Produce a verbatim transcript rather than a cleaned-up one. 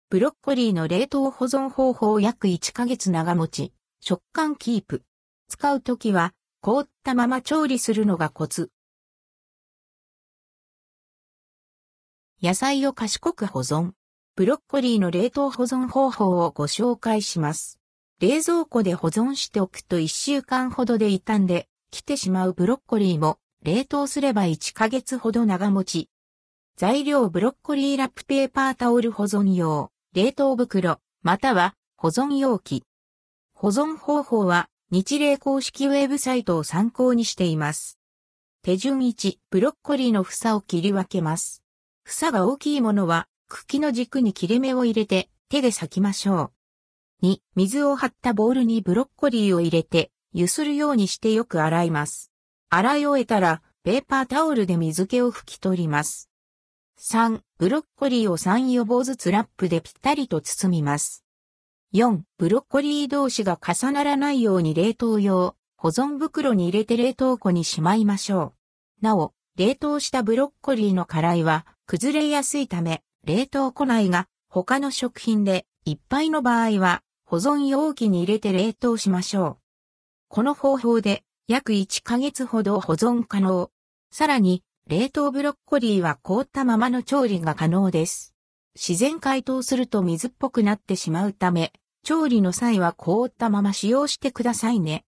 ブロッコリーの冷凍保存方法約いっかげつ長持ち、食感キープ。使うときは凍ったまま調理するのがコツ。野菜を賢く保存。ブロッコリーの冷凍保存方法をご紹介します。冷蔵庫で保存しておくといっしゅうかんほどで傷んできてしまうブロッコリーも冷凍すればいっかげつほど長持ち。材料ブロッコリーラップペーパータオル保存用、冷凍袋、または保存容器。保存方法は日冷公式ウェブサイトを参考にしています。手順いち、ブロッコリーの房を切り分けます。房が大きいものは茎の軸に切れ目を入れて手で裂きましょう。に、水を張ったボウルにブロッコリーを入れて、揺するようにしてよく洗います。洗い終えたら、ペーパータオルで水気を拭き取ります。さん、ブロッコリーをさん予防ずつラップでぴったりと包みます。よん、ブロッコリー同士が重ならないように冷凍用、保存袋に入れて冷凍庫にしまいましょう。なお、冷凍したブロッコリーの殻は崩れやすいため、冷凍庫内が他の食品でいっぱいの場合は、保存容器に入れて冷凍しましょう。この方法で約いっかげつほど保存可能。さらに、冷凍ブロッコリーは凍ったままの調理が可能です。自然解凍すると水っぽくなってしまうため、調理の際は凍ったまま使用してくださいね。